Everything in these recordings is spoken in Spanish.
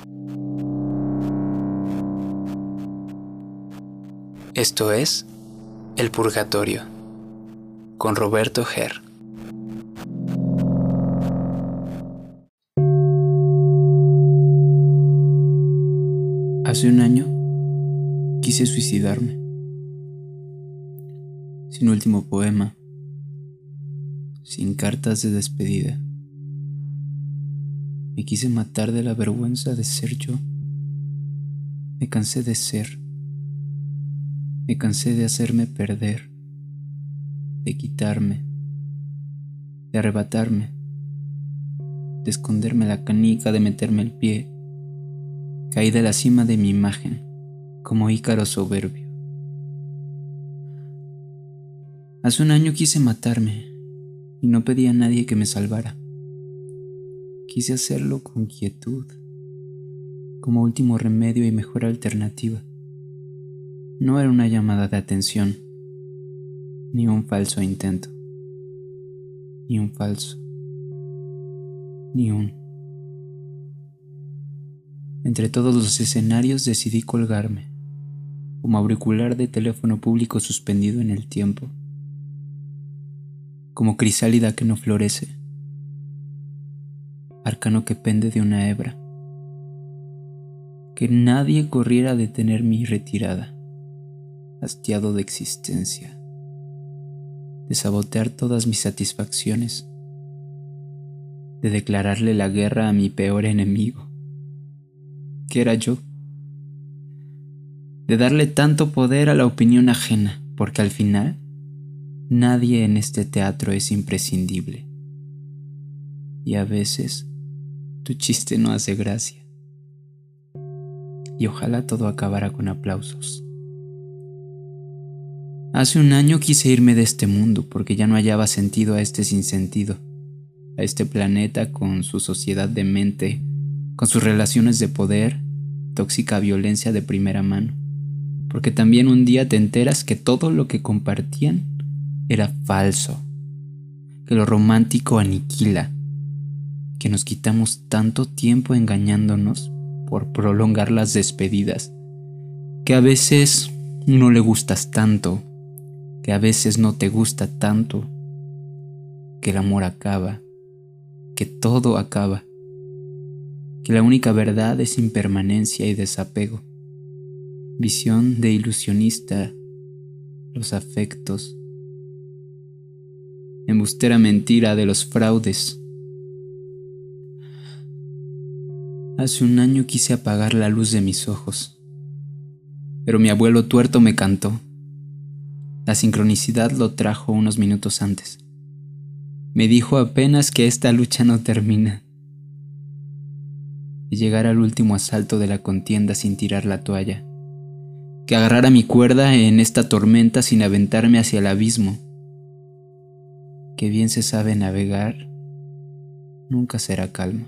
Esto es El Purgatorio, con Roberto Ger. Hace un año quise suicidarme. Sin último poema, sin cartas de despedida. Me quise matar de la vergüenza de ser yo. Me cansé de ser. Me cansé de hacerme perder, de quitarme, de arrebatarme, de esconderme la canica, de meterme el pie. Caí de la cima de mi imagen, como Ícaro soberbio. Hace un año quise matarme y no pedí a nadie que me salvara. Quise hacerlo con quietud, como último remedio y mejor alternativa. No era una llamada de atención, ni un falso intento, ni un falso, ni un. Entre todos los escenarios decidí colgarme, como auricular de teléfono público suspendido en el tiempo, como crisálida que no florece, arcano que pende de una hebra, que nadie corriera a detener mi retirada. Hastiado de existencia, de sabotear todas mis satisfacciones, de declararle la guerra a mi peor enemigo, que era yo, de darle tanto poder a la opinión ajena, porque al final nadie en este teatro es imprescindible, y a veces tu chiste no hace gracia, y ojalá todo acabara con aplausos. Hace un año quise irme de este mundo porque ya no hallaba sentido a este sinsentido, a este planeta con su sociedad demente, con sus relaciones de poder, tóxica violencia de primera mano, porque también un día te enteras que todo lo que compartían era falso, que lo romántico aniquila, que nos quitamos tanto tiempo engañándonos por prolongar las despedidas, que a veces no le gustas tanto, que a veces no te gusta tanto, que el amor acaba, que todo acaba, que la única verdad es impermanencia y desapego, visión de ilusionista, los afectos, embustera mentira de los fraudes. Hace un año quise apagar la luz de mis ojos, pero mi abuelo tuerto me cantó. La sincronicidad lo trajo unos minutos antes. Me dijo apenas que esta lucha no termina. Y llegar al último asalto de la contienda sin tirar la toalla. Que agarrara mi cuerda en esta tormenta sin aventarme hacia el abismo. Que bien se sabe navegar, nunca será calma.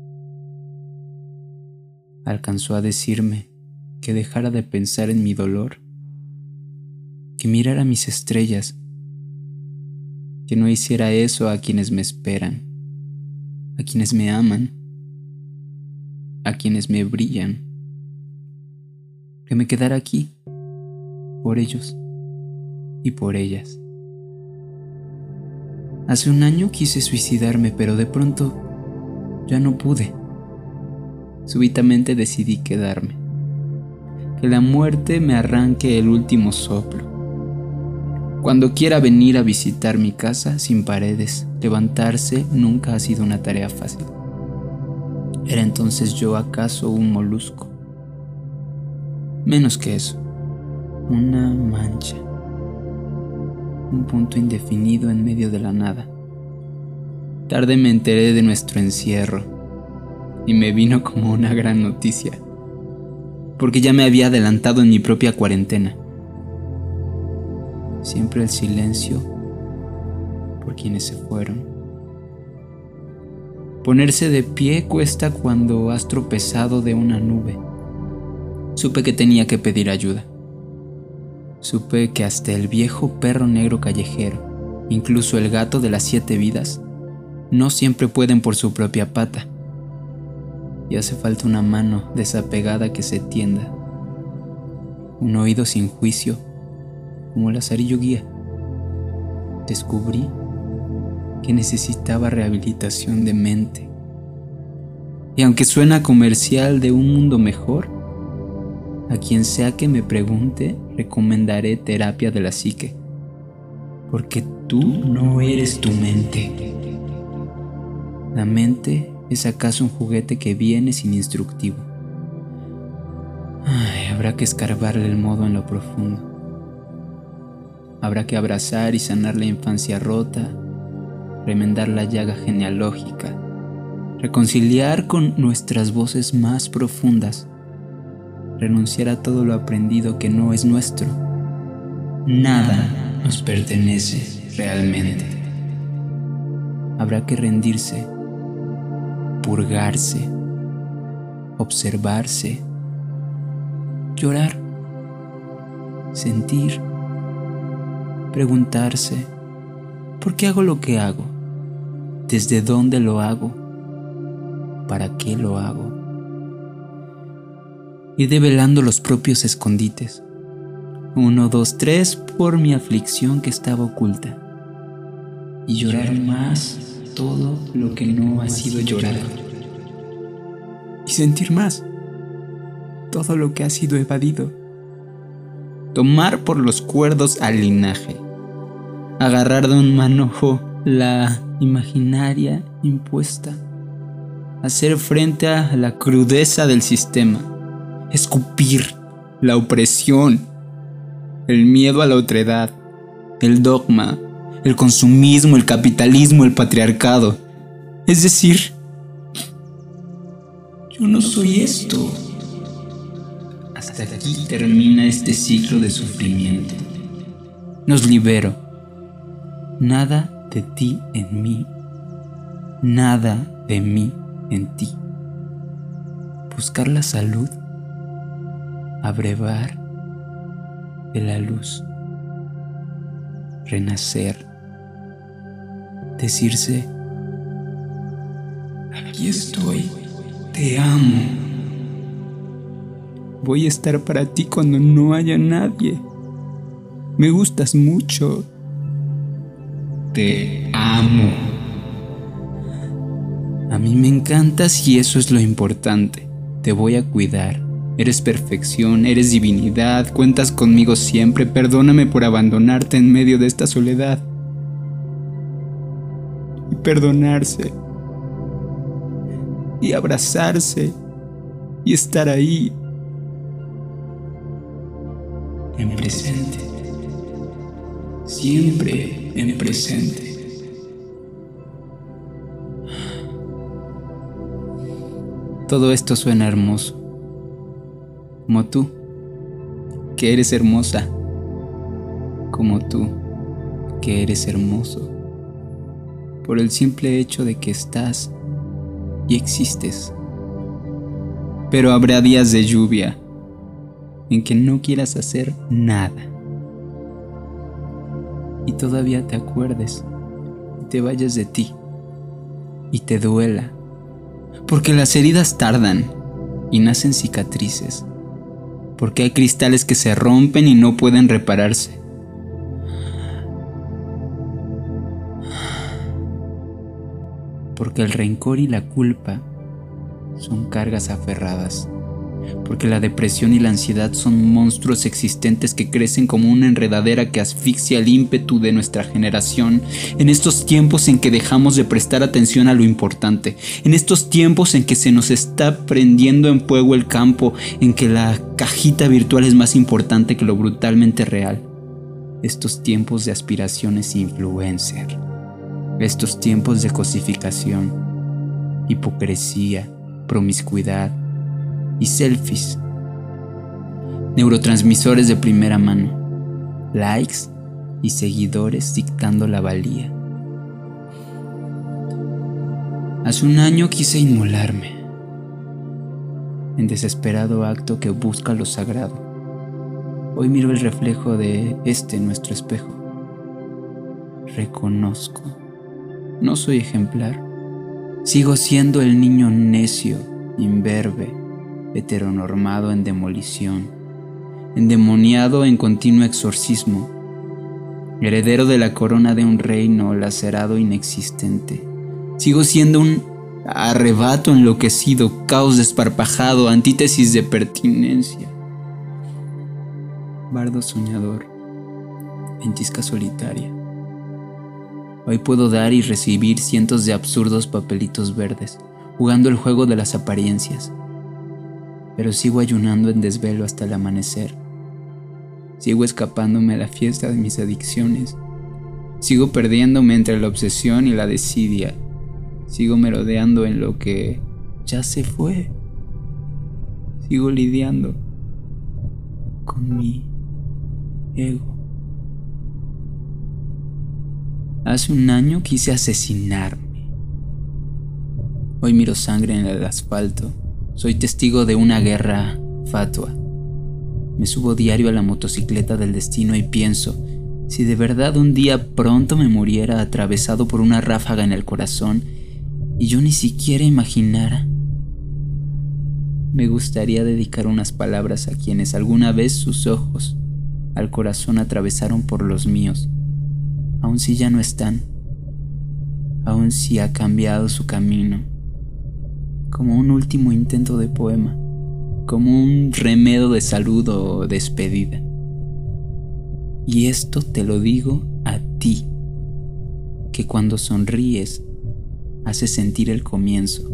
Alcanzó a decirme que dejara de pensar en mi dolor, que mirara mis estrellas, que no hiciera eso a quienes me esperan, a quienes me aman, a quienes me brillan, que me quedara aquí, por ellos y por ellas. Hace un año quise suicidarme, pero de pronto ya no pude. Súbitamente decidí quedarme, que la muerte me arranque el último soplo. Cuando quiera venir a visitar mi casa sin paredes, levantarse nunca ha sido una tarea fácil. ¿Era entonces yo acaso un molusco? Menos que eso, una mancha, un punto indefinido en medio de la nada. Tarde me enteré de nuestro encierro y me vino como una gran noticia, porque ya me había adelantado en mi propia cuarentena. Siempre el silencio por quienes se fueron. Ponerse de pie cuesta cuando has tropezado de una nube. Supe que tenía que pedir ayuda. Supe que hasta el viejo perro negro callejero, incluso el gato de las 7 vidas, no siempre pueden por su propia pata. y hace falta una mano desapegada que se tienda, un oído sin juicio como Lazarillo Guía. Descubrí que necesitaba rehabilitación de mente. Y aunque suena comercial de un mundo mejor, a quien sea que me pregunte, recomendaré terapia de la psique. Porque tú no eres tu mente. La mente es acaso un juguete que viene sin instructivo. Habrá que escarbarle el modo en lo profundo. Habrá que abrazar y sanar la infancia rota, remendar la llaga genealógica, reconciliar con nuestras voces más profundas, renunciar a todo lo aprendido que no es nuestro. Nada nos pertenece realmente. Habrá que rendirse, purgarse, observarse, llorar, sentir, preguntarse, ¿por qué hago lo que hago? ¿Desde dónde lo hago? ¿Para qué lo hago? Ir develando los propios escondites. 1, 2, 3 por mi aflicción que estaba oculta. Y llorar más todo lo que no ha sido llorado. Y sentir más todo lo que ha sido evadido. Tomar por los cuerdos al linaje. Agarrar de un manojo la imaginaria impuesta. Hacer frente a la crudeza del sistema. Escupir la opresión, el miedo a la otredad, el dogma, el consumismo, el capitalismo, el patriarcado. Es decir, yo no soy esto. Hasta aquí termina este ciclo de sufrimiento. Nos libero. Nada de ti en mí, nada de mí en ti. Buscar la salud, abrevar de la luz, renacer, decirse, aquí estoy, te amo. Voy a estar para ti cuando no haya nadie. Me gustas mucho. Te amo. A mí me encantas y eso es lo importante. Te voy a cuidar. Eres perfección, eres divinidad, cuentas conmigo siempre. Perdóname por abandonarte en medio de esta soledad. Y perdonarse. Y abrazarse. Y estar ahí. En presente. Siempre en presente. Todo esto suena hermoso. Como tú, que eres hermosa. Como tú, que eres hermoso. Por el simple hecho de que estás y existes. Pero habrá días de lluvia en que no quieras hacer nada. Y todavía te acuerdes y te vayas de ti y te duela, porque las heridas tardan y nacen cicatrices, porque hay cristales que se rompen y no pueden repararse. Porque el rencor y la culpa son cargas aferradas. Porque la depresión y la ansiedad son monstruos existentes que crecen como una enredadera que asfixia el ímpetu de nuestra generación. En estos tiempos en que dejamos de prestar atención a lo importante, en estos tiempos en que se nos está prendiendo en fuego el campo, en que la cajita virtual es más importante que lo brutalmente real. Estos tiempos de aspiraciones influencer, estos tiempos de cosificación, hipocresía, promiscuidad y selfies, neurotransmisores de primera mano, likes y seguidores dictando la valía. Hace un año quise inmolarme, en desesperado acto que busca lo sagrado. Hoy miro el reflejo de nuestro espejo. Reconozco, no soy ejemplar. Sigo siendo el niño necio imberbe, heteronormado en demolición, endemoniado en continuo exorcismo, heredero de la corona de un reino lacerado inexistente. Sigo siendo un arrebato enloquecido, caos desparpajado, antítesis de pertinencia. Bardo soñador, ventisca solitaria. Hoy puedo dar y recibir cientos de absurdos papelitos verdes, jugando el juego de las apariencias. Pero sigo ayunando en desvelo hasta el amanecer. Sigo escapándome a la fiesta de mis adicciones. Sigo perdiéndome entre la obsesión y la desidia. Sigo merodeando en lo que ya se fue. Sigo lidiando con mi ego. Hace un año quise asesinarme. Hoy miro sangre en el asfalto. Soy testigo de una guerra fatua. Me subo diario a la motocicleta del destino y pienso, si de verdad un día pronto me muriera atravesado por una ráfaga en el corazón y yo ni siquiera imaginara, me gustaría dedicar unas palabras a quienes alguna vez sus ojos al corazón atravesaron por los míos, aun si ya no están, aun si ha cambiado su camino, como un último intento de poema, como un remedo de salud o despedida. Y esto te lo digo a ti, que cuando sonríes haces sentir el comienzo.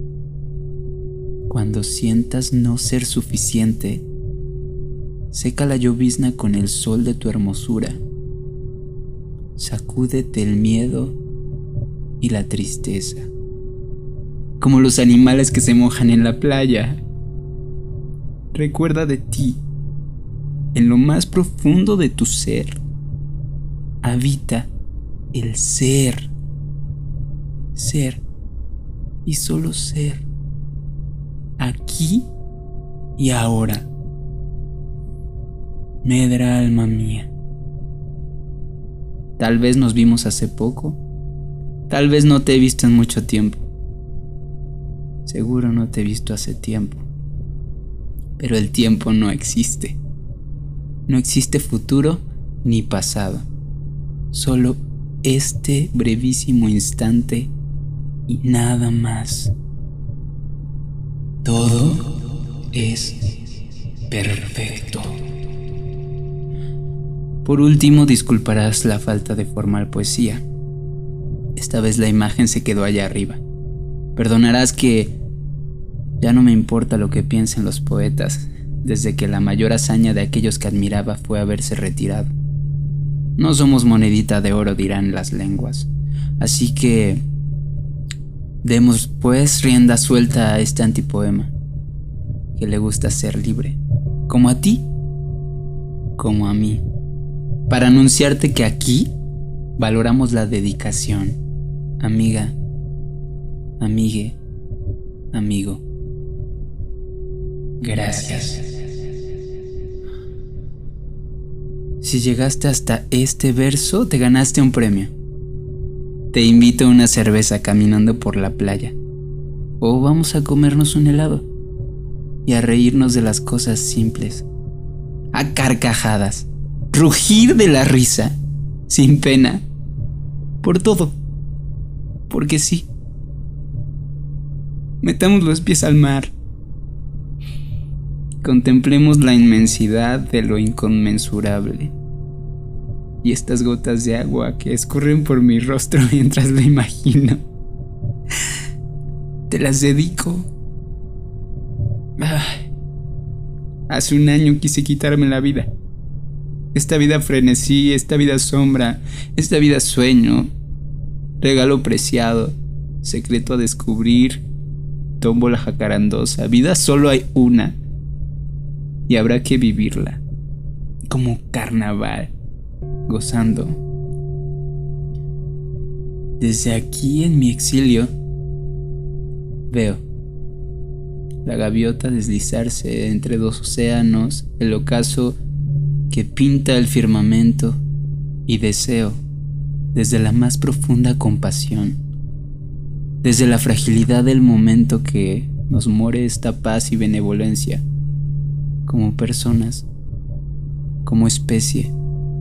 Cuando sientas no ser suficiente, seca la llovizna con el sol de tu hermosura. Sacúdete el miedo y la tristeza, como los animales que se mojan en la playa. Recuerda de ti. En lo más profundo de tu ser habita el ser. Ser y solo ser. Aquí y ahora. Medra alma mía. Tal vez nos vimos hace poco. Tal vez no te he visto en mucho tiempo. Seguro no te he visto hace tiempo. Pero el tiempo no existe. No existe futuro ni pasado. Solo este brevísimo instante y nada más. Todo es perfecto. Por último, disculparás la falta de formal poesía. Esta vez la imagen se quedó allá arriba. Perdonarás que ya no me importa lo que piensen los poetas, desde que la mayor hazaña de aquellos que admiraba fue haberse retirado. No somos monedita de oro, dirán las lenguas. Así que demos pues rienda suelta a este antipoema, que le gusta ser libre, como a ti, como a mí, para anunciarte que aquí valoramos la dedicación, amiga, amigue, amigo. Gracias. Si llegaste hasta este verso, te ganaste un premio. Te invito a una cerveza caminando por la playa. O vamos a comernos un helado y a reírnos de las cosas simples. A carcajadas. Rugir de la risa. Sin pena. Por todo. Porque sí. Metamos los pies al mar. Contemplemos la inmensidad de lo inconmensurable y estas gotas de agua que escurren por mi rostro mientras lo imagino. Te las dedico. Hace un año quise quitarme la vida. Esta vida frenesí, esta vida sombra, esta vida sueño, regalo preciado, secreto a descubrir, tómbola jacarandosa. Vida solo hay una. Y habrá que vivirla, como carnaval, gozando. Desde aquí en mi exilio, veo la gaviota deslizarse entre dos océanos, el ocaso que pinta el firmamento, y deseo, desde la más profunda compasión, desde la fragilidad del momento que nos more esta paz y benevolencia, como personas, como especie,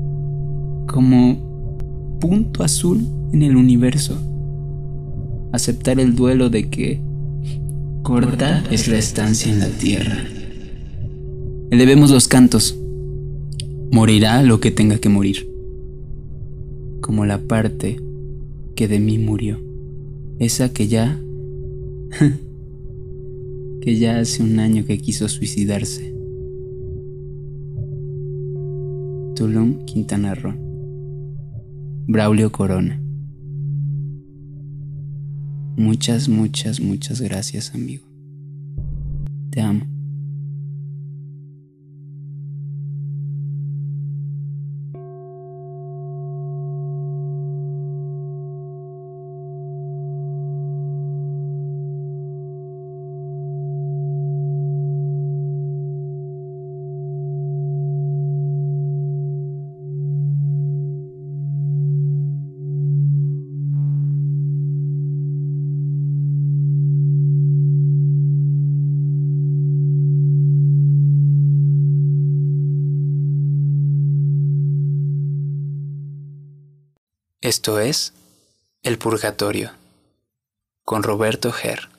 como punto azul en el universo. Aceptar el duelo de que corta es la estancia en la tierra. Elevemos los cantos. Morirá lo que tenga que morir, como la parte que de mí murió, esa que ya hace un año que quiso suicidarse. Tulum, Quintana Roo. Braulio Corona. Muchas, muchas, muchas gracias, amigo. Te amo. Esto es El Purgatorio, con Roberto Ger.